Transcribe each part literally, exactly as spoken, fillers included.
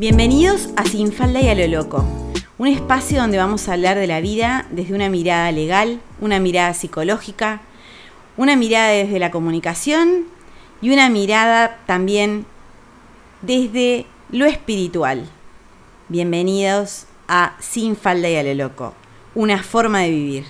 Bienvenidos a Sin Falda y a lo Loco, un espacio donde vamos a hablar de la vida desde una mirada legal, una mirada psicológica, una mirada desde la comunicación y una mirada también desde lo espiritual. Bienvenidos a Sin Falda y a lo Loco, una forma de vivir.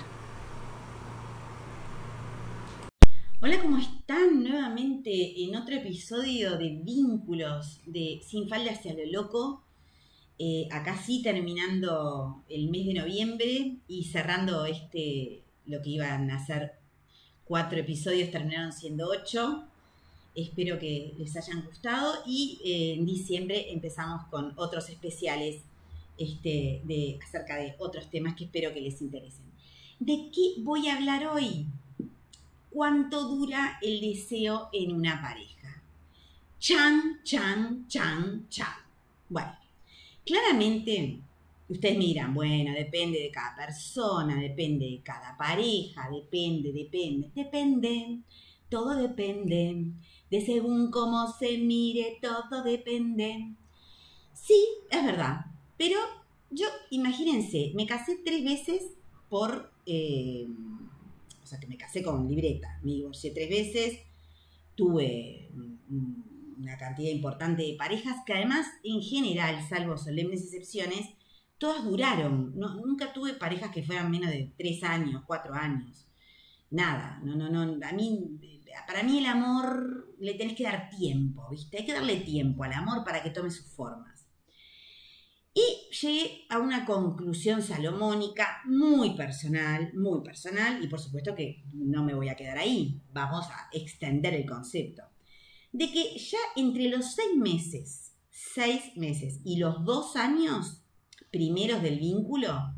Hola, ¿cómo están? Nuevamente en otro episodio de Vínculos de Sin Falda hacia lo Loco. Eh, acá sí terminando el mes de noviembre y cerrando este, lo que iban a ser cuatro episodios, terminaron siendo ocho. Espero que les hayan gustado y eh, en diciembre empezamos con otros especiales este, de, acerca de otros temas que espero que les interesen. ¿De qué voy a hablar hoy? ¿Cuánto dura el deseo en una pareja? Chan, chan, chan, chan. Bueno, claramente ustedes me dirán, bueno, depende de cada persona, depende de cada pareja, depende, depende, depende, todo depende, de según cómo se mire, todo depende. Sí, es verdad, pero yo, imagínense, me casé tres veces por... Eh, O sea, que me casé con libreta, me divorcié tres veces, tuve una cantidad importante de parejas que además, en general, salvo solemnes excepciones, todas duraron. No, nunca tuve parejas que fueran menos de tres años, cuatro años. Nada, no, no, no. A mí, para mí el amor le tenés que dar tiempo, ¿viste? Hay que darle tiempo al amor para que tome sus formas. Y llegué a una conclusión salomónica muy personal, muy personal, y por supuesto que no me voy a quedar ahí, vamos a extender el concepto, de que ya entre los seis meses, seis meses y los dos años primeros del vínculo,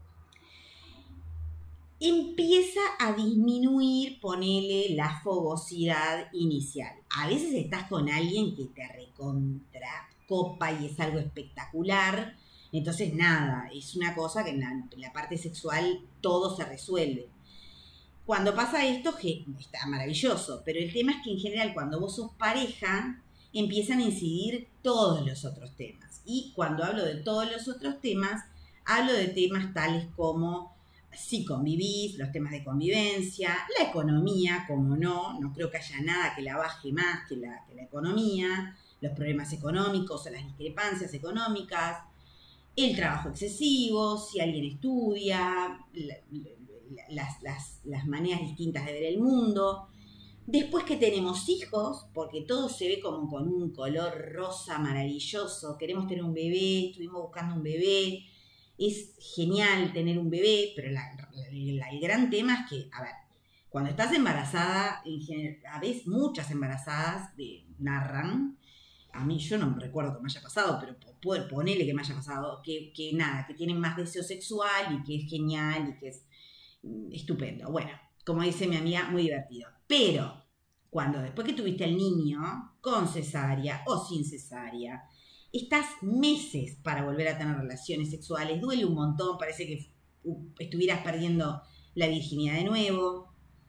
empieza a disminuir, ponele, la fogosidad inicial. A veces estás con alguien que te recontra copa y es algo espectacular, entonces nada, es una cosa que en la, en la parte sexual todo se resuelve. Cuando pasa esto, está maravilloso, pero el tema es que en general cuando vos sos pareja, empiezan a incidir todos los otros temas. Y cuando hablo de todos los otros temas, hablo de temas tales como si convivís, los temas de convivencia, la economía, como no, no creo que haya nada que la baje más que la, que la economía, los problemas económicos o las discrepancias económicas, el trabajo excesivo, si alguien estudia, la, la, las, las, las maneras distintas de ver el mundo. Después que tenemos hijos, porque todo se ve como con un color rosa maravilloso, queremos tener un bebé, estuvimos buscando un bebé, es genial tener un bebé, pero la, la, el gran tema es que, a ver, cuando estás embarazada, en general, a veces muchas embarazadas de, narran, a mí yo no me recuerdo que me haya pasado, pero poder ponerle que me haya pasado, que, que nada, que tienen más deseo sexual y que es genial y que es mm, estupendo. Bueno, como dice mi amiga, muy divertido. Pero cuando después que tuviste al niño, con cesárea o sin cesárea, estás meses para volver a tener relaciones sexuales, duele un montón, parece que estuvieras perdiendo la virginidad de nuevo.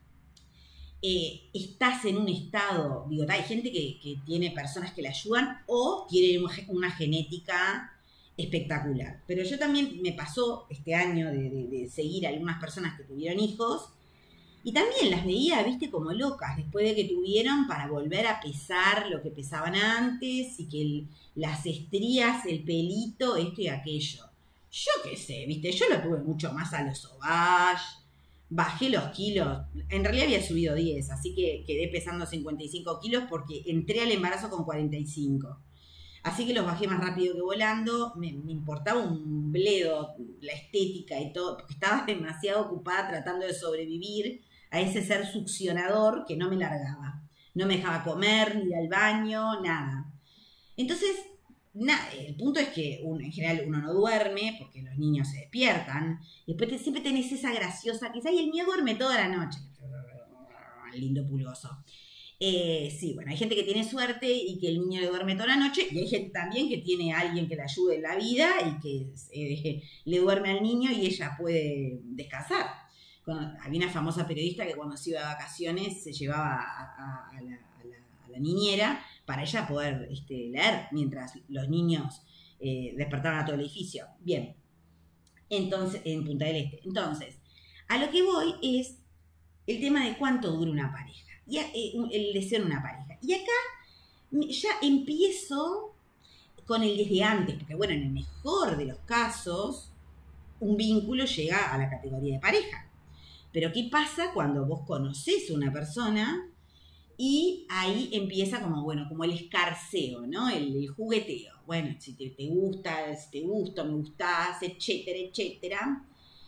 Eh, estás en un estado, digo, hay gente que, que tiene personas que le ayudan o tiene una genética espectacular. Pero yo también me pasó este año de, de, de seguir a algunas personas que tuvieron hijos y también las veía, viste, como locas después de que tuvieron para volver a pesar lo que pesaban antes y que el, las estrías, el pelito, esto y aquello. Yo qué sé, viste, yo lo tuve mucho más a los ovage. Bajé los kilos, en realidad había subido diez, así que quedé pesando cincuenta y cinco kilos porque entré al embarazo con cuarenta y cinco. Así que los bajé más rápido que volando, me, me importaba un bledo la estética y todo, porque estaba demasiado ocupada tratando de sobrevivir a ese ser succionador que no me largaba. No me dejaba comer, ni ir al baño, nada. Entonces, Nah, el punto es que uno, en general uno no duerme porque los niños se despiertan y después te, siempre tenés esa graciosa que dice, ay, el mío duerme toda la noche. Lindo pulgoso. Eh, sí, bueno, hay gente que tiene suerte y que el niño le duerme toda la noche y hay gente también que tiene a alguien que le ayude en la vida y que eh, le duerme al niño y ella puede descansar. Cuando, había una famosa periodista que cuando se iba de vacaciones se llevaba a, a, a, la, a, la, a la niñera para ella poder este, leer mientras los niños eh, despertaron a todo el edificio. Bien, entonces, en Punta del Este. Entonces, a lo que voy es el tema de cuánto dura una pareja, y eh, el deseo en una pareja. Y acá ya empiezo con el desde antes, porque bueno, en el mejor de los casos, un vínculo llega a la categoría de pareja. Pero ¿qué pasa cuando vos conocés a una persona y ahí empieza como, bueno, como el escarceo, ¿no? El, el jugueteo. Bueno, si te, te gusta, si te gusta, me gustás, etcétera, etcétera.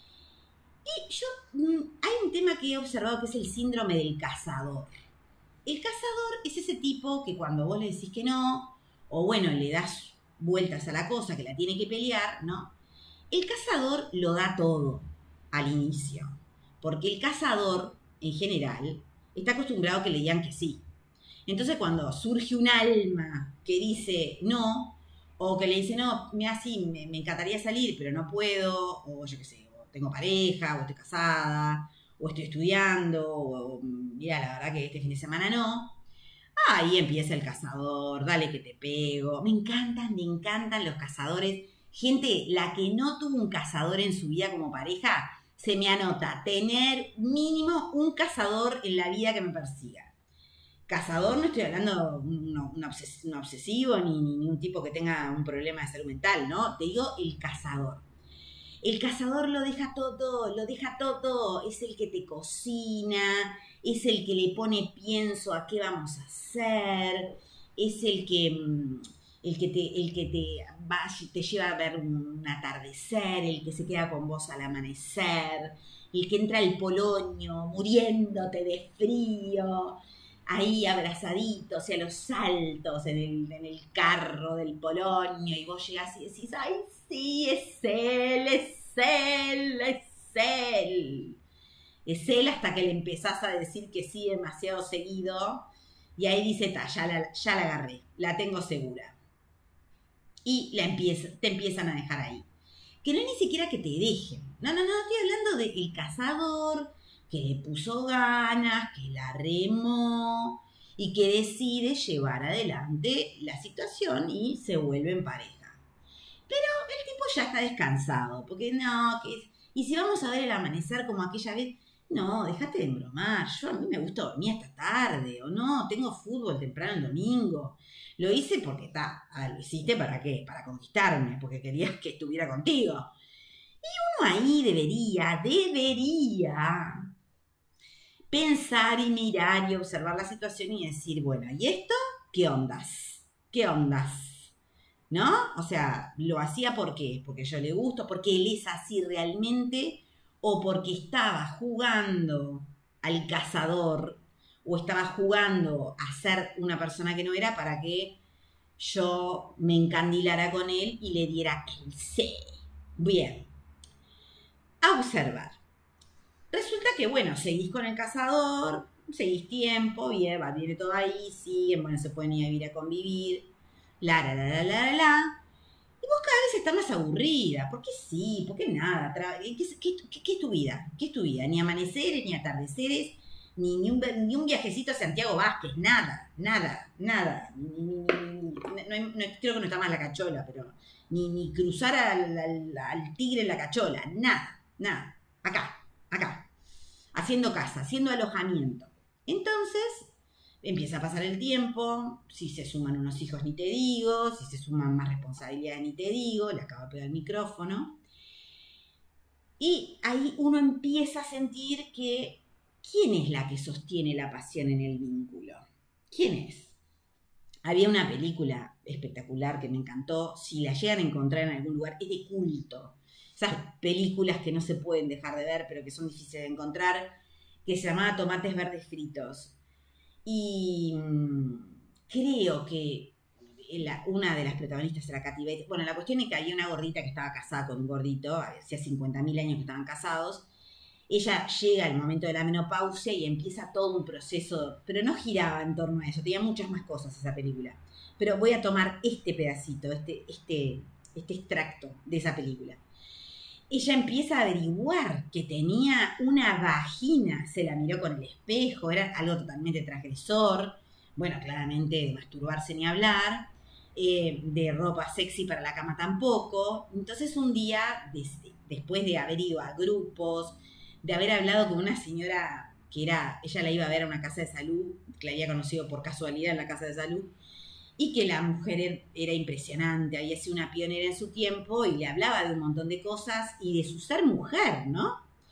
Y yo, hay un tema que he observado que es el síndrome del cazador. El cazador es ese tipo que cuando vos le decís que no, o bueno, le das vueltas a la cosa, que la tiene que pelear, ¿no? El cazador lo da todo al inicio. Porque el cazador, en general, está acostumbrado a que le digan que sí. Entonces, cuando surge un alma que dice no, o que le dice, no, mira, sí, me, me encantaría salir, pero no puedo, o yo qué sé, o tengo pareja, o estoy casada, o estoy estudiando, o mira, la verdad que este fin de semana no. Ahí empieza el cazador, dale que te pego. Me encantan, me encantan los cazadores. Gente, la que no tuvo un cazador en su vida como pareja, se me anota tener mínimo un cazador en la vida que me persiga. Cazador, no estoy hablando de un, un, obses, un obsesivo ni, ni, ni un tipo que tenga un problema de salud mental, ¿no? Te digo el cazador. El cazador lo deja todo, lo deja todo. Es el que te cocina, es el que le pone pienso a qué vamos a hacer, es el que, el que, te, el que te, va, te lleva a ver un atardecer, el que se queda con vos al amanecer, el que entra al Polonio muriéndote de frío, ahí abrazaditos y a los saltos en el, en el carro del Polonio, y vos llegás y decís, ay, sí, es él, es él, es él. Es él hasta que le empezás a decir que sí demasiado seguido, y ahí dice, ta, ya la, ya la agarré, la tengo segura. Y la empieza, te empiezan a dejar ahí. Que no es ni siquiera que te dejen. No, no, no, estoy hablando del cazador que le puso ganas, que la remó y que decide llevar adelante la situación y se vuelve en pareja. Pero el tipo ya está descansado, porque no, que es, y si vamos a ver el amanecer como aquella vez, no, dejate de embromar, yo a mí me gusta dormir hasta tarde, o no, tengo fútbol temprano el domingo. Lo hice porque está, lo hiciste para qué, para conquistarme, porque querías que estuviera contigo. Y uno ahí debería, debería pensar y mirar y observar la situación y decir, bueno, ¿y esto? ¿Qué ondas? ¿Qué ondas? ¿No? O sea, ¿lo hacía por qué? ¿Porque yo le gusto? ¿Porque él es así realmente? ¿O porque estaba jugando al cazador? ¿O estaba jugando a ser una persona que no era para que yo me encandilara con él y le diera el sí? Bien. A observar. Resulta que, bueno, seguís con el cazador, seguís tiempo, bien, va, viene todo ahí, siguen, bueno, se pueden ir a vivir a convivir, la, la, la, la, la, la. Y vos cada vez estás más aburrida. ¿Por qué sí? ¿Por qué nada? ¿Qué, qué, qué, qué es tu vida? ¿Qué es tu vida? Ni amaneceres, ni atardeceres, ni, ni, un, ni un viajecito a Santiago Vázquez, nada, nada, nada. Ni, ni, ni, ni, no, no, creo que no está más la cachola, pero ni, ni cruzar al, al, al tigre en la cachola, nada, nada. Acá, acá, haciendo casa, haciendo alojamiento. Entonces, empieza a pasar el tiempo, si se suman unos hijos ni te digo, si se suman más responsabilidades ni te digo, le acabo de pegar el micrófono. Y ahí uno empieza a sentir que, ¿quién es la que sostiene la pasión en el vínculo? ¿Quién es? Había una película espectacular que me encantó, si la llegan a encontrar en algún lugar, es de culto. Esas películas que no se pueden dejar de ver, pero que son difíciles de encontrar, que se llamaba Tomates Verdes Fritos. Y mmm, creo que la, una de las protagonistas era Kathy Bates. Bueno, la cuestión es que había una gordita que estaba casada con un gordito, hacía cincuenta mil años que estaban casados. Ella llega al momento de la menopausia y empieza todo un proceso, pero no giraba en torno a eso, tenía muchas más cosas esa película. Pero voy a tomar este pedacito, este, este, este extracto de esa película. Ella empieza a averiguar que tenía una vagina, se la miró con el espejo, era algo totalmente transgresor, bueno, claramente de masturbarse ni hablar, eh, de ropa sexy para la cama tampoco. Entonces un día, des, después de haber ido a grupos, de haber hablado con una señora que era, ella la iba a ver a una casa de salud, que la había conocido por casualidad en la casa de salud, y que la mujer era impresionante, había sido una pionera en su tiempo y le hablaba de un montón de cosas y de su ser mujer, ¿no?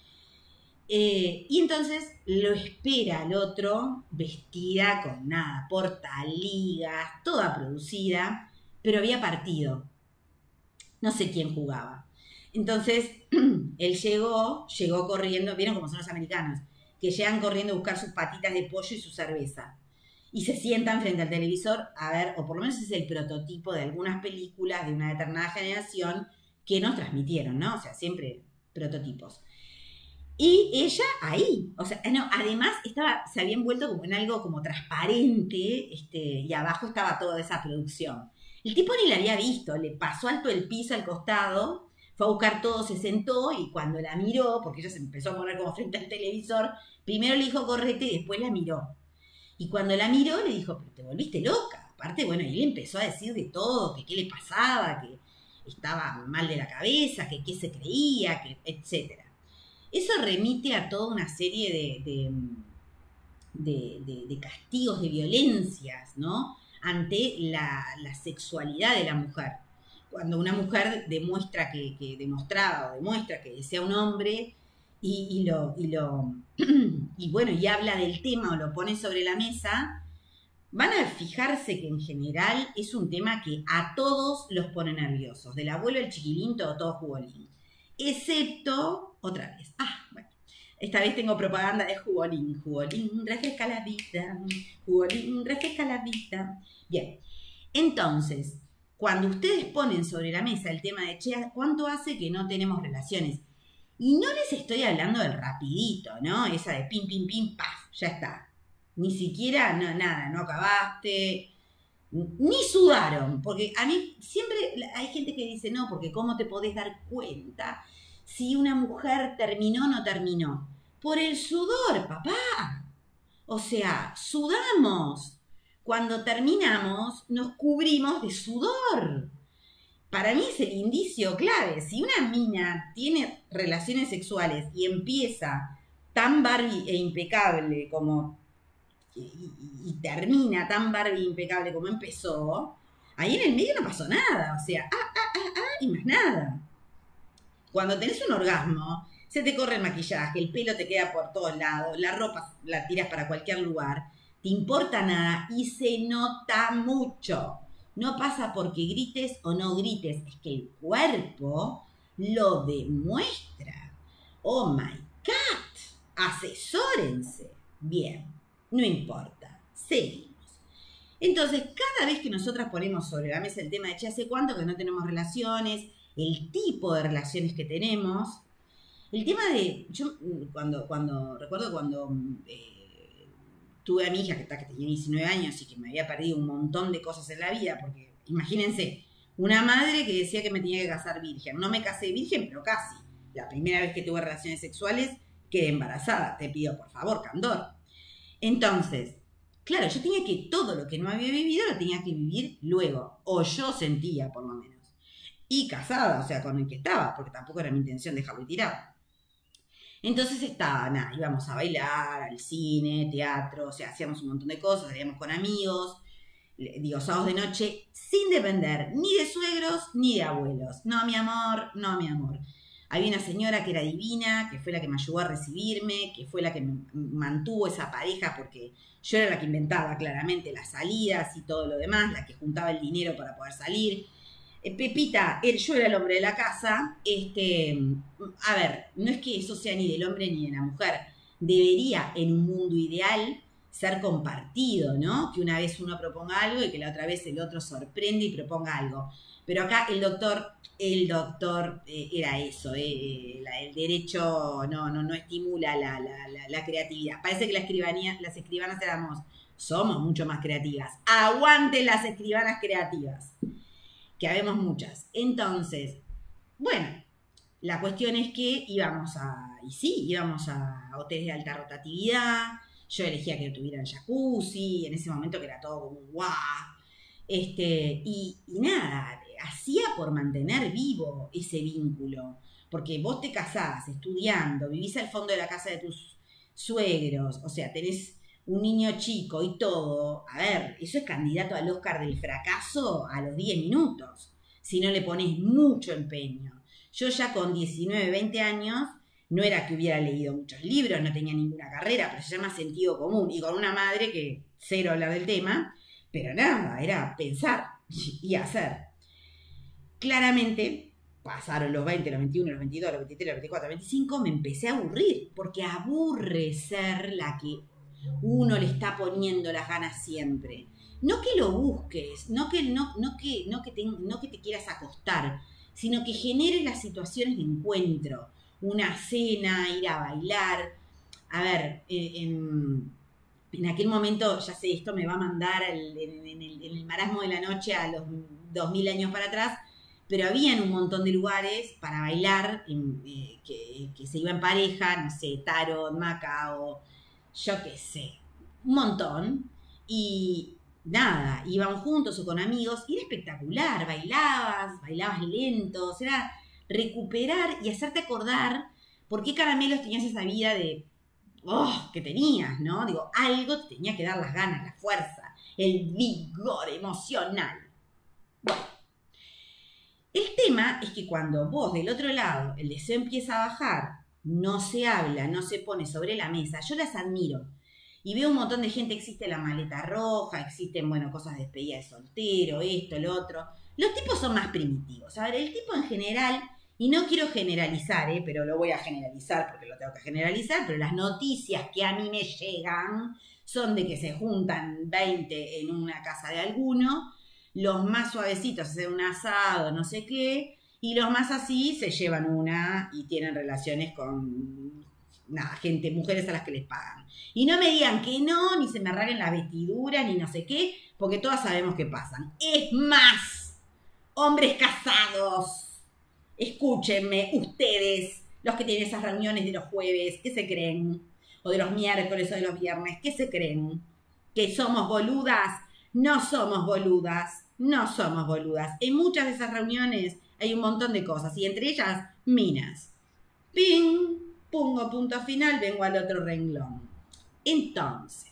Eh, y entonces lo espera al otro vestida con nada, portaligas, toda producida, pero había partido. No sé quién jugaba. Entonces él llegó, llegó corriendo, vieron cómo son los americanos, que llegan corriendo a buscar sus patitas de pollo y su cerveza. Y se sientan frente al televisor a ver, o por lo menos es el prototipo de algunas películas de una determinada generación que nos transmitieron, ¿no? O sea, siempre prototipos. Y ella ahí, o sea, no, además estaba, se había envuelto como en algo como transparente, este, y abajo estaba toda esa producción. El tipo ni la había visto, le pasó alto el piso al costado, fue a buscar todo, se sentó y cuando la miró, porque ella se empezó a poner como frente al televisor, primero le dijo correte y después la miró. Y cuando la miró le dijo, pero te volviste loca. Aparte, bueno, y él empezó a decir de todo, que qué le pasaba, que estaba mal de la cabeza, que qué se creía, que etcétera. Eso remite a toda una serie de, de, de, de, de castigos, de violencias, ¿no? Ante la, la sexualidad de la mujer. Cuando una mujer demuestra que, que demostraba o demuestra que desea un hombre y, y lo, y lo y bueno, y habla del tema o lo pone sobre la mesa, van a fijarse que en general es un tema que a todos los pone nerviosos. Del abuelo al chiquilín, todo, todo jugolín. Excepto, otra vez, ah, bueno, esta vez tengo propaganda de jugolín. Jugolín refresca la vida, jugolín refresca la vida. Bien, entonces, cuando ustedes ponen sobre la mesa el tema de, che, ¿cuánto hace que no tenemos relaciones? Y no les estoy hablando del rapidito, ¿no? Esa de pim, pim, pim, paf, ya está. Ni siquiera, no, nada, no acabaste, ni sudaron. Porque a mí siempre hay gente que dice, no, porque ¿cómo te podés dar cuenta si una mujer terminó o no terminó? Por el sudor, papá. O sea, sudamos. Cuando terminamos, nos cubrimos de sudor. Para mí es el indicio clave. Si una mina tiene relaciones sexuales y empieza tan Barbie e impecable como y, y, y termina tan Barbie e impecable como empezó, ahí en el medio no pasó nada. O sea, ah, ah, ah, ah, y más nada. Cuando tenés un orgasmo, se te corre el maquillaje, el pelo te queda por todos lados, la ropa la tiras para cualquier lugar, te importa nada y se nota mucho. No pasa porque grites o no grites, es que el cuerpo lo demuestra. Oh my God, asesórense. Bien, no importa, seguimos. Entonces, cada vez que nosotras ponemos sobre la mesa el tema de, che, ¿hace cuánto que no tenemos relaciones? El tipo de relaciones que tenemos. El tema de, yo cuando, cuando recuerdo cuando... Eh, tuve a mi hija que, está, que tenía diecinueve años y que me había perdido un montón de cosas en la vida, porque imagínense, una madre que decía que me tenía que casar virgen. No me casé virgen, pero casi. La primera vez que tuve relaciones sexuales quedé embarazada. Te pido, por favor, candor. Entonces, claro, yo tenía que todo lo que no había vivido lo tenía que vivir luego. O yo sentía, por lo menos. Y casada, o sea, con el que estaba, porque tampoco era mi intención dejarlo tirado. Entonces estaba, nada, íbamos a bailar, al cine, teatro, o sea, hacíamos un montón de cosas, salíamos con amigos, digo, sábados de noche, sin depender ni de suegros ni de abuelos. No, mi amor, no, mi amor. Había una señora que era divina, que fue la que me ayudó a recibirme, que fue la que me mantuvo esa pareja, porque yo era la que inventaba claramente las salidas y todo lo demás, la que juntaba el dinero para poder salir. Pepita, él, yo era el hombre de la casa, este, a ver, no es que eso sea ni del hombre ni de la mujer, debería en un mundo ideal ser compartido, ¿no? Que una vez uno proponga algo y que la otra vez el otro sorprende y proponga algo. Pero acá el doctor, el doctor eh, era eso, eh, la, el derecho no, no, no estimula la, la, la, la creatividad. Parece que la escribanía, las escribanas éramos, somos mucho más creativas. Aguanten las escribanas creativas, que habemos muchas. Entonces, bueno, la cuestión es que íbamos a, y sí, íbamos a hoteles de alta rotatividad, yo elegía que tuvieran jacuzzi, en ese momento que era todo como un guau, Este, y, y nada, hacía por mantener vivo ese vínculo. Porque vos te casás estudiando, vivís al fondo de la casa de tus suegros, o sea, tenés un niño chico y todo. A ver, eso es candidato al Oscar del fracaso a los diez minutos, si no le pones mucho empeño. Yo ya con diecinueve, veinte años, no era que hubiera leído muchos libros, no tenía ninguna carrera, pero se llama sentido común, y con una madre que cero hablar del tema, pero nada, era pensar y hacer. Claramente, pasaron los veinte, los veintiuno, los veintidós, los veintitrés, los veinticuatro, los veinticinco, me empecé a aburrir, porque aburre ser la que uno le está poniendo las ganas siempre. No que lo busques, no que, no, no que, no que, te, no que te quieras acostar, sino que generes las situaciones de encuentro. Una cena, ir a bailar. A ver, en, en aquel momento, ya sé, esto me va a mandar el, en, en, el, en el marasmo de la noche a los dos mil años para atrás, pero habían un montón de lugares para bailar en, eh, que, que se iba en pareja, no sé, Tarot, Macao, yo qué sé, un montón. Y nada, iban juntos o con amigos, y era espectacular, bailabas, bailabas lentos, era recuperar y hacerte acordar por qué Caramelos tenías esa vida de, oh, que tenías, ¿no? Digo, algo te tenía que dar las ganas, la fuerza, el vigor emocional. Bueno, el tema es que cuando vos del otro lado el deseo empieza a bajar, no se habla, no se pone sobre la mesa, yo las admiro. Y veo un montón de gente, existe la maleta roja, existen, bueno, cosas de despedida de soltero, esto, lo otro. Los tipos son más primitivos. A ver, el tipo en general, y no quiero generalizar, ¿eh? Pero lo voy a generalizar porque lo tengo que generalizar, pero las noticias que a mí me llegan son de que se juntan veinte en una casa de alguno, los más suavecitos hacen un asado, no sé qué, y los más así se llevan una y tienen relaciones con, nada, gente, mujeres a las que les pagan. Y no me digan que no, ni se me arraguen las vestiduras, ni no sé qué, porque todas sabemos qué pasan. Es más, hombres casados, escúchenme, ustedes, los que tienen esas reuniones de los jueves, ¿qué se creen? O de los miércoles o de los viernes, ¿qué se creen? ¿Que somos boludas? No somos boludas. No somos boludas. En muchas de esas reuniones hay un montón de cosas, y entre ellas, minas. Ping, pongo punto final, vengo al otro renglón. Entonces,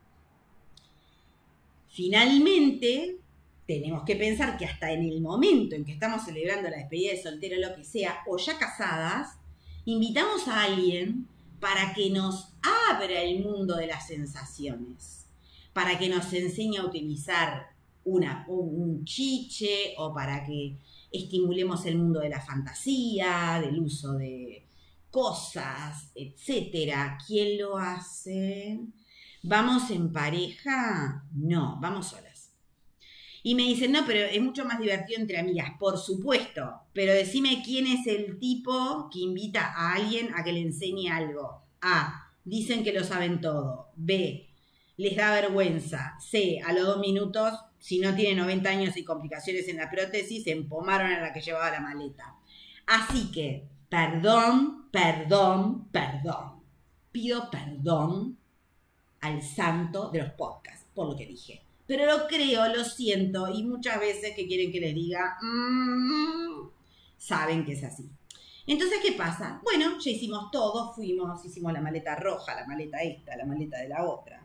finalmente, tenemos que pensar que hasta en el momento en que estamos celebrando la despedida de soltero, lo que sea, o ya casadas, invitamos a alguien para que nos abra el mundo de las sensaciones, para que nos enseñe a utilizar Una, un chiche, o para que estimulemos el mundo de la fantasía, del uso de cosas, etcétera. ¿Quién lo hace? ¿Vamos en pareja? No, vamos solas. Y me dicen, no, pero es mucho más divertido entre amigas. Por supuesto, pero decime quién es el tipo que invita a alguien a que le enseñe algo. A, dicen que lo saben todo. B, les da vergüenza. C, a los dos minutos, si no tiene noventa años y complicaciones en la prótesis, se empomaron a la que llevaba la maleta. Así que, perdón, perdón, perdón. Pido perdón al santo de los podcasts por lo que dije. Pero lo creo, lo siento, y muchas veces que quieren que les diga, mmm, saben que es así. Entonces, ¿qué pasa? Bueno, ya hicimos todo, fuimos, hicimos la maleta roja, la maleta esta, la maleta de la otra.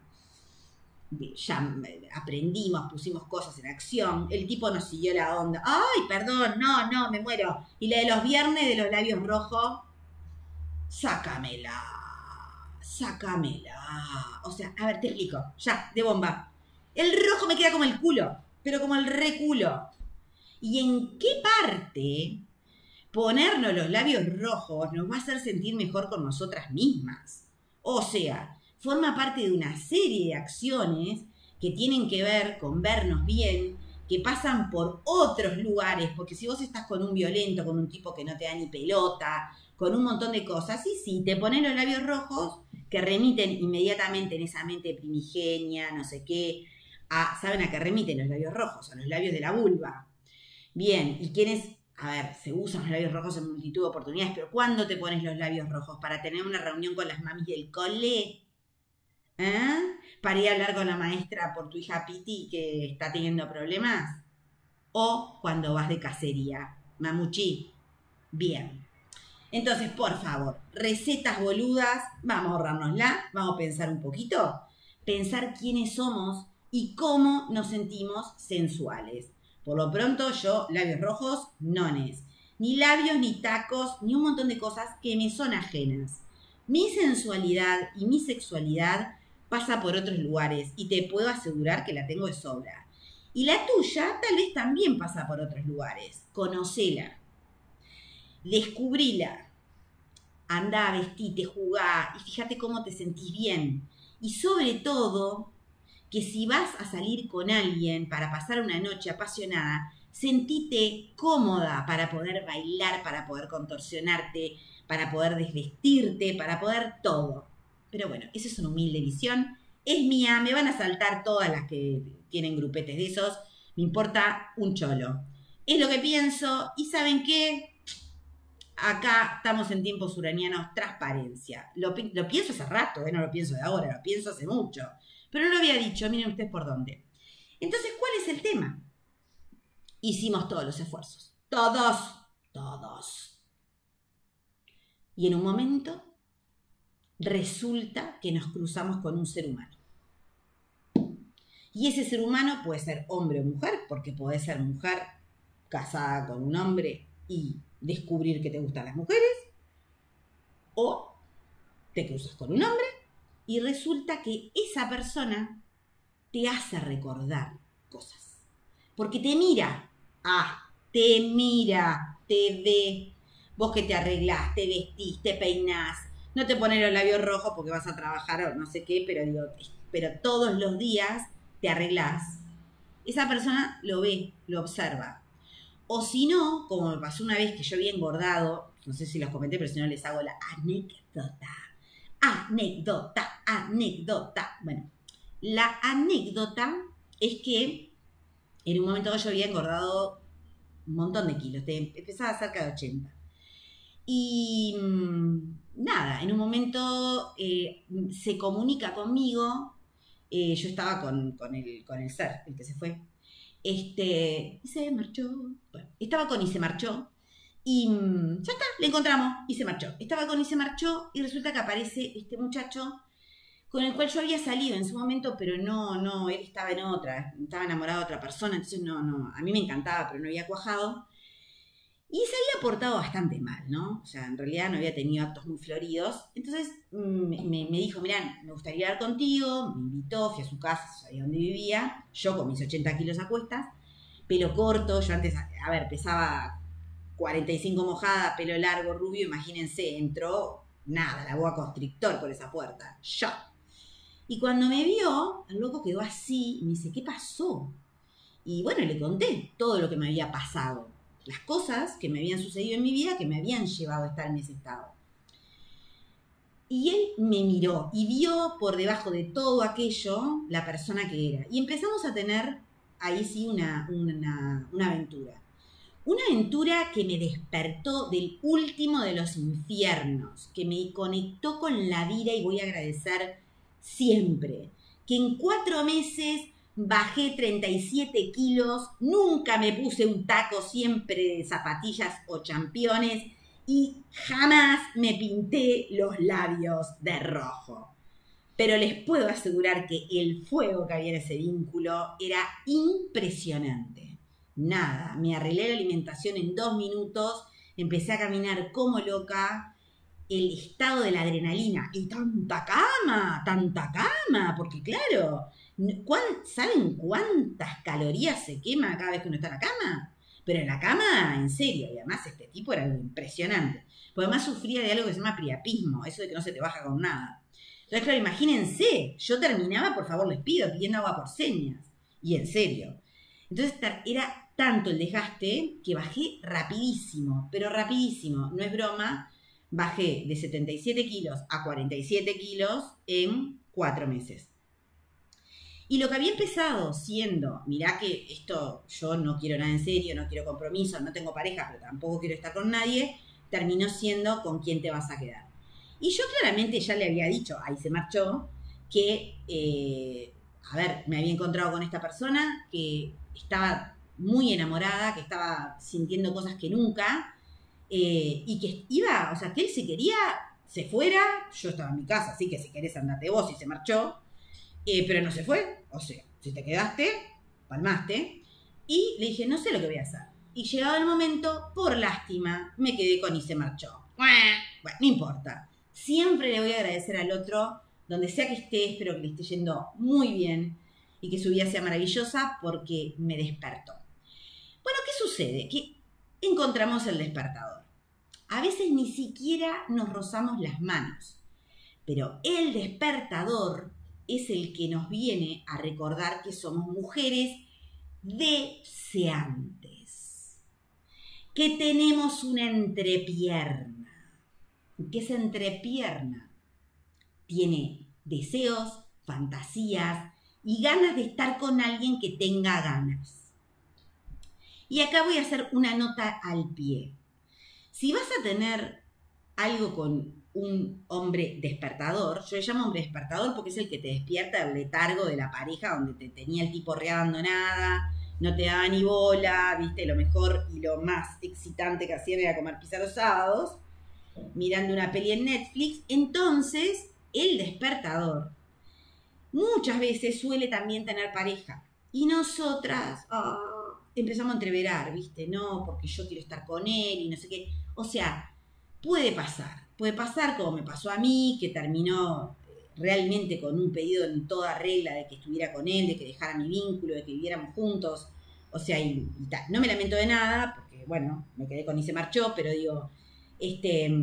Ya aprendimos, pusimos cosas en acción, el tipo nos siguió la onda. Ay, perdón, no, no, me muero. Y la de los viernes de los labios rojos, sácamela, sácamela. O sea, a ver, te explico, ya, de bomba. El rojo me queda como el culo, pero como el re culo. ¿Y en qué parte ponernos los labios rojos nos va a hacer sentir mejor con nosotras mismas? O sea, forma parte de una serie de acciones que tienen que ver con vernos bien, que pasan por otros lugares, porque si vos estás con un violento, con un tipo que no te da ni pelota, con un montón de cosas, y sí, te ponen los labios rojos que remiten inmediatamente en esa mente primigenia, no sé qué, a, ¿saben a qué remiten los labios rojos? A los labios de la vulva. Bien, ¿y quiénes? A ver, se usan los labios rojos en multitud de oportunidades, pero ¿cuándo te pones los labios rojos? ¿Para tener una reunión con las mamis del cole? ¿Eh? Para ir a hablar con la maestra por tu hija Piti que está teniendo problemas. O cuando vas de cacería. Mamuchi. Bien. Entonces, por favor, recetas boludas, vamos a ahorrárnosla, vamos a pensar un poquito, pensar quiénes somos y cómo nos sentimos sensuales. Por lo pronto, yo, labios rojos, nones. Ni labios, ni tacos, ni un montón de cosas que me son ajenas. Mi sensualidad y mi sexualidad pasa por otros lugares y te puedo asegurar que la tengo de sobra. Y la tuya tal vez también pasa por otros lugares. Conocela. Descubrila, andá, vestite, jugá y fíjate cómo te sentís bien. Y sobre todo, que si vas a salir con alguien para pasar una noche apasionada, sentite cómoda para poder bailar, para poder contorsionarte, para poder desvestirte, para poder todo. Pero bueno, esa es una humilde visión. Es mía, me van a saltar todas las que tienen grupetes de esos. Me importa un cholo. Es lo que pienso y ¿saben qué? Acá estamos en tiempos uranianos, transparencia. Lo, lo pienso hace rato, ¿eh? No lo pienso de ahora, lo pienso hace mucho. Pero no lo había dicho, miren ustedes por dónde. Entonces, ¿cuál es el tema? Hicimos todos los esfuerzos. Todos, todos. Y en un momento resulta que nos cruzamos con un ser humano. Y ese ser humano puede ser hombre o mujer, porque puede ser mujer casada con un hombre y descubrir que te gustan las mujeres, o te cruzas con un hombre y resulta que esa persona te hace recordar cosas. Porque te mira, ah, te mira, te ve, vos que te arreglás, te vestís, te peinás, no te pones los labios rojos porque vas a trabajar o no sé qué, pero digo, pero todos los días te arreglás. Esa persona lo ve, lo observa. O si no, como me pasó una vez que yo había engordado, no sé si los comenté, pero si no les hago la anécdota. Anécdota, anécdota. Bueno, la anécdota es que en un momento yo había engordado un montón de kilos, empezaba cerca de ochenta. Y mmm, nada, en un momento eh, se comunica conmigo, eh, yo estaba con, con, el, con el ser, el que se fue. Este, y se marchó. Bueno, estaba con y se marchó. Y mmm, ya está, le encontramos y se marchó. Estaba con y se marchó y resulta que aparece este muchacho con el cual yo había salido en su momento, pero no, no, él estaba en otra, estaba enamorado de otra persona, entonces no, no, a mí me encantaba, pero no había cuajado. Y se había portado bastante mal, ¿no? O sea, en realidad no había tenido actos muy floridos. Entonces me, me, me dijo, mirá, me gustaría hablar contigo. Me invitó, fui a su casa, sabía dónde vivía. Yo con mis ochenta kilos a cuestas, pelo corto. Yo antes, a ver, pesaba cuarenta y cinco mojada, pelo largo, rubio. Imagínense, entró, nada, la boa constrictor por esa puerta. Yo. Y cuando me vio, el loco quedó así y me dice, ¿qué pasó? Y bueno, le conté todo lo que me había pasado. Las cosas que me habían sucedido en mi vida que me habían llevado a estar en ese estado. Y él me miró y vio por debajo de todo aquello la persona que era. Y empezamos a tener ahí sí una, una, una aventura. Una aventura que me despertó del último de los infiernos, que me conectó con la vida y voy a agradecer siempre. Que en cuatro meses bajé treinta y siete kilos, nunca me puse un taco, siempre de zapatillas o championes y jamás me pinté los labios de rojo. Pero les puedo asegurar que el fuego que había en ese vínculo era impresionante. Nada, me arreglé la alimentación en dos minutos, empecé a caminar como loca, el estado de la adrenalina y tanta cama, tanta cama, porque claro, ¿saben cuántas calorías se quema cada vez que uno está en la cama? Pero en la cama, en serio, y además este tipo era algo impresionante. Porque además sufría de algo que se llama priapismo, eso de que no se te baja con nada. Entonces, claro, imagínense, yo terminaba, por favor, les pido, pidiendo agua por señas. Y en serio. Entonces era tanto el desgaste que bajé rapidísimo, pero rapidísimo, no es broma. Bajé de setenta y siete kilos a cuarenta y siete kilos en cuatro meses. Y lo que había empezado siendo, mirá que esto, yo no quiero nada en serio, no quiero compromiso, no tengo pareja, pero tampoco quiero estar con nadie, terminó siendo con quién te vas a quedar. Y yo claramente ya le había dicho, ahí se marchó, que, eh, a ver, me había encontrado con esta persona que estaba muy enamorada, que estaba sintiendo cosas que nunca, eh, y que iba, o sea, que él si quería se fuera, yo estaba en mi casa, así que si querés andate vos, y se marchó, eh, pero no se fue, o sea, si te quedaste, palmaste, y le dije, no sé lo que voy a hacer. Y llegado el momento, por lástima, me quedé con y se marchó. Bueno, no importa. Siempre le voy a agradecer al otro, donde sea que esté, espero que le esté yendo muy bien y que su vida sea maravillosa porque me despertó. Bueno, ¿qué sucede? Que encontramos el despertador. A veces ni siquiera nos rozamos las manos, pero el despertador es el que nos viene a recordar que somos mujeres deseantes, que tenemos una entrepierna. ¿Qué es entrepierna? Tiene deseos, fantasías y ganas de estar con alguien que tenga ganas. Y acá voy a hacer una nota al pie. Si vas a tener algo con un hombre despertador, yo le llamo hombre despertador porque es el que te despierta del letargo de la pareja donde te tenía el tipo re abandonada, no te daba ni bola, viste, lo mejor y lo más excitante que hacían era comer pizza los sábados, mirando una peli en Netflix. Entonces, el despertador muchas veces suele también tener pareja. Y nosotras oh, empezamos a entreverar, ¿viste? No, porque yo quiero estar con él y no sé qué. O sea, puede pasar. Puede pasar como me pasó a mí, que terminó realmente con un pedido en toda regla de que estuviera con él, de que dejara mi vínculo, de que viviéramos juntos. O sea, y, y tal. No me lamento de nada, porque, bueno, me quedé con y se marchó, pero digo, este...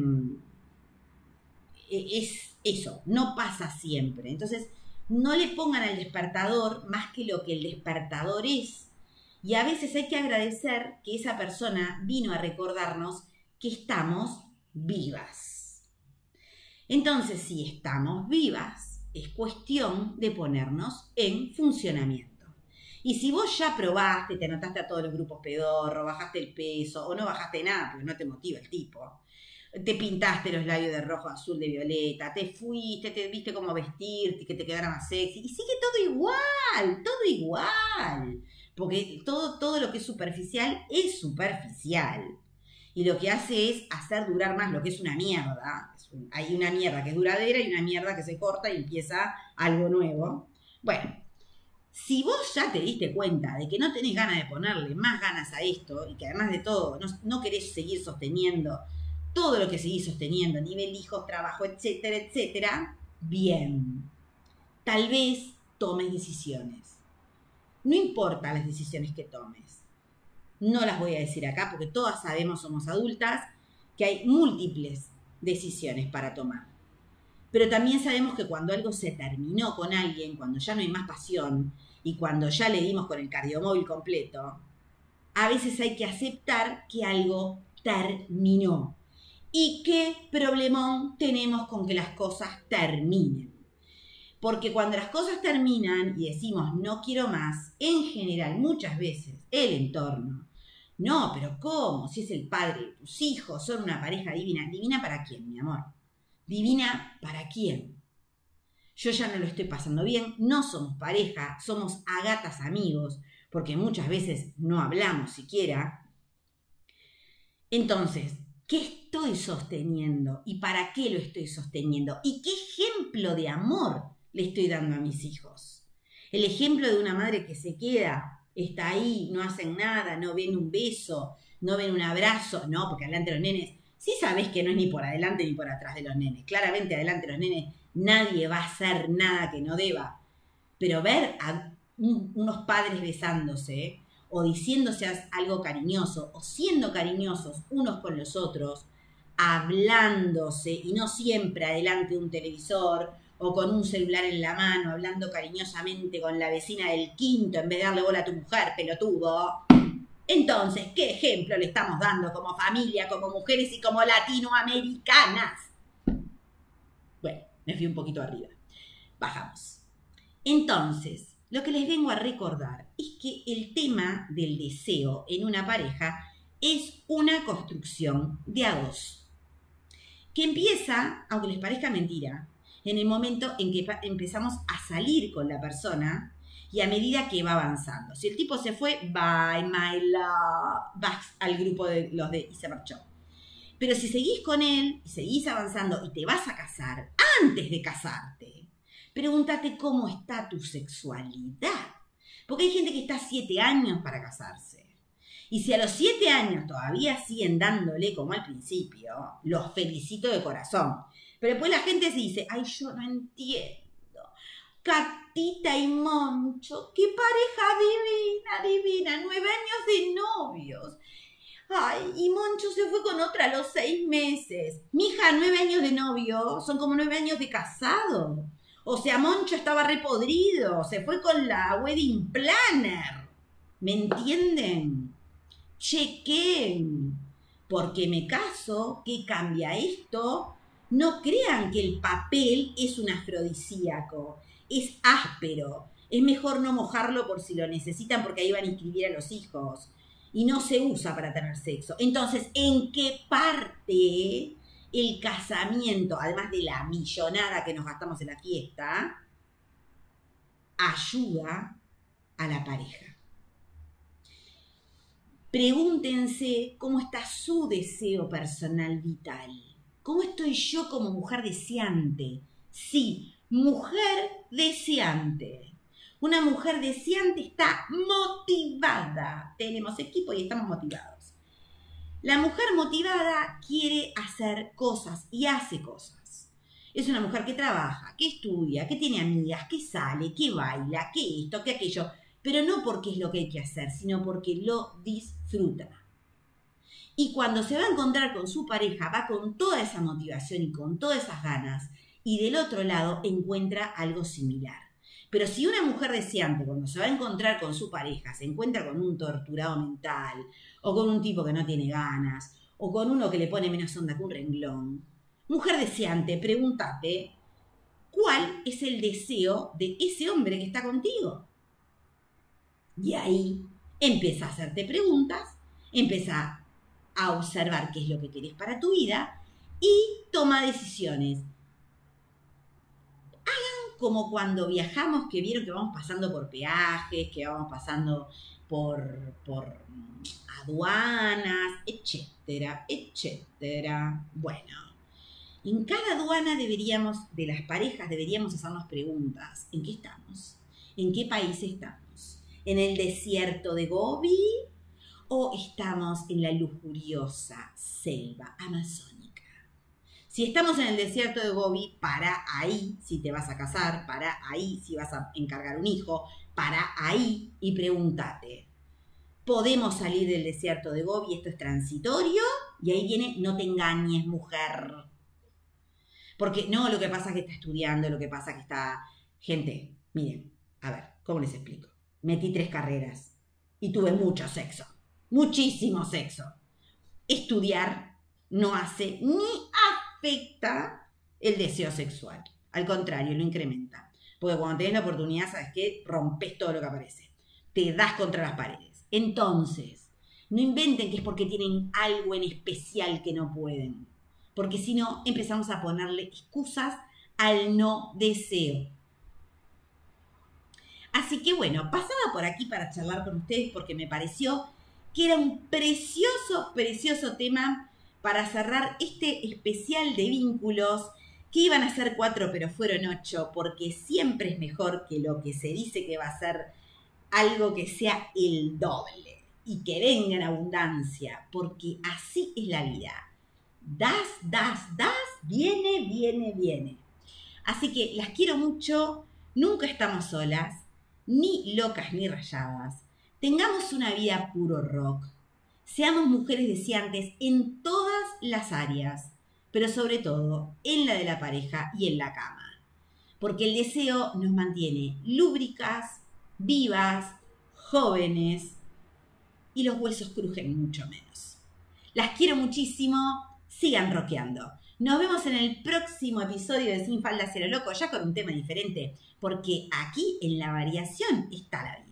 es eso, no pasa siempre. Entonces, no le pongan al despertador más que lo que el despertador es. Y a veces hay que agradecer que esa persona vino a recordarnos que estamos vivas. Entonces, si estamos vivas, es cuestión de ponernos en funcionamiento. Y si vos ya probaste, te anotaste a todos los grupos pedorro, bajaste el peso o no bajaste nada porque no te motiva el tipo, te pintaste los labios de rojo, azul, de violeta, te fuiste, te viste cómo vestirte, que te quedara más sexy, y sigue todo igual, todo igual, porque todo, todo lo que es superficial es superficial, y lo que hace es hacer durar más lo que es una mierda. Hay una mierda que es duradera y una mierda que se corta y empieza algo nuevo. Bueno, si vos ya te diste cuenta de que no tenés ganas de ponerle más ganas a esto, y que además de todo no, no querés seguir sosteniendo todo lo que seguís sosteniendo, nivel hijos, trabajo, etcétera, etcétera, bien. Tal vez tomes decisiones. No importa las decisiones que tomes. No las voy a decir acá porque todas sabemos, somos adultas, que hay múltiples decisiones para tomar. Pero también sabemos que cuando algo se terminó con alguien, cuando ya no hay más pasión y cuando ya le dimos con el cardiomóvil completo, a veces hay que aceptar que algo terminó. ¿Y qué problemón tenemos con que las cosas terminen? Porque cuando las cosas terminan y decimos no quiero más, en general, muchas veces, el entorno, no, pero ¿cómo? Si es el padre de tus hijos, son una pareja divina. ¿Divina para quién, mi amor? ¿Divina para quién? Yo ya no lo estoy pasando bien, no somos pareja, somos agatas amigos, porque muchas veces no hablamos siquiera. Entonces, ¿qué estoy sosteniendo? ¿Y para qué lo estoy sosteniendo? ¿Y qué ejemplo de amor le estoy dando a mis hijos? El ejemplo de una madre que se queda, está ahí, no hacen nada, no ven un beso, no ven un abrazo, no, porque adelante los nenes, sí sabés que no es ni por adelante ni por atrás de los nenes, claramente adelante los nenes, nadie va a hacer nada que no deba, pero ver a un, unos padres besándose, o diciéndose algo cariñoso, o siendo cariñosos unos con los otros, hablándose, y no siempre adelante de un televisor, o con un celular en la mano, hablando cariñosamente con la vecina del quinto, en vez de darle bola a tu mujer, pelotudo. Entonces, ¿qué ejemplo le estamos dando como familia, como mujeres y como latinoamericanas? Bueno, me fui un poquito arriba. Bajamos. Entonces, lo que les vengo a recordar es que el tema del deseo en una pareja es una construcción de a dos. Que empieza, aunque les parezca mentira, en el momento en que empezamos a salir con la persona y a medida que va avanzando. Si el tipo se fue, bye, my love, vas al grupo de los de y se marchó. Pero si seguís con él y seguís avanzando y te vas a casar, antes de casarte, pregúntate cómo está tu sexualidad. Porque hay gente que está siete años para casarse. Y si a los siete años todavía siguen dándole como al principio, los felicito de corazón. Pero después la gente se dice, ay, yo no entiendo. Catita y Moncho, qué pareja divina, divina, nueve años de novios. Ay, y Moncho se fue con otra a los seis meses. Mija, nueve años de novio son como nueve años de casado. O sea, Moncho estaba repodrido, se fue con la wedding planner. ¿Me entienden? Chequen. Porque me caso, ¿qué cambia esto? No crean que el papel es un afrodisíaco. Es áspero. Es mejor no mojarlo por si lo necesitan porque ahí van a inscribir a los hijos. Y no se usa para tener sexo. Entonces, ¿en qué parte el casamiento, además de la millonada que nos gastamos en la fiesta, ayuda a la pareja? Pregúntense cómo está su deseo personal vital. ¿Cómo estoy yo como mujer deseante? Sí, mujer deseante. Una mujer deseante está motivada. Tenemos equipo y estamos motivados. La mujer motivada quiere hacer cosas y hace cosas. Es una mujer que trabaja, que estudia, que tiene amigas, que sale, que baila, que esto, que aquello. Pero no porque es lo que hay que hacer, sino porque lo disfruta. Y cuando se va a encontrar con su pareja, va con toda esa motivación y con todas esas ganas. Y del otro lado encuentra algo similar. Pero si una mujer deseante, cuando se va a encontrar con su pareja, se encuentra con un torturado mental, o con un tipo que no tiene ganas, o con uno que le pone menos onda que un renglón, mujer deseante, pregúntate, ¿cuál es el deseo de ese hombre que está contigo? Y ahí empieza a hacerte preguntas, empieza a observar qué es lo que querés para tu vida y toma decisiones. Como cuando viajamos, que vieron que vamos pasando por peajes, que vamos pasando por, por aduanas, etcétera, etcétera. Bueno, en cada aduana deberíamos, de las parejas, deberíamos hacernos preguntas. ¿En qué estamos? ¿En qué país estamos? ¿En el desierto de Gobi? ¿O estamos en la lujuriosa selva amazónica? Si estamos en el desierto de Gobi, para ahí si te vas a casar, para ahí si vas a encargar un hijo, para ahí y pregúntate, ¿podemos salir del desierto de Gobi? ¿Esto es transitorio? Y ahí viene, no te engañes, mujer. Porque no, lo que pasa es que está estudiando, lo que pasa es que está... Gente, miren, a ver, ¿cómo les explico? Metí tres carreras y tuve mucho sexo, muchísimo sexo. Estudiar no hace ni afecta el deseo sexual. Al contrario, lo incrementa. Porque cuando tenés la oportunidad, ¿sabes qué? Rompes todo lo que aparece. Te das contra las paredes. Entonces, no inventen que es porque tienen algo en especial que no pueden. Porque si no, empezamos a ponerle excusas al no deseo. Así que bueno, pasaba por aquí para charlar con ustedes porque me pareció que era un precioso, precioso tema para cerrar este especial de vínculos, que iban a ser cuatro pero fueron ocho, porque siempre es mejor que lo que se dice que va a ser algo que sea el doble y que venga en abundancia, porque así es la vida. Das, das, das, viene, viene, viene. Así que las quiero mucho, nunca estamos solas, ni locas ni rayadas. Tengamos una vida puro rock. Seamos mujeres deseantes en todas las áreas, pero sobre todo en la de la pareja y en la cama. Porque el deseo nos mantiene lúbricas, vivas, jóvenes y los huesos crujen mucho menos. Las quiero muchísimo, sigan rockeando. Nos vemos en el próximo episodio de Sin Falda Cero Loco, ya con un tema diferente, porque aquí en la variación está la vida.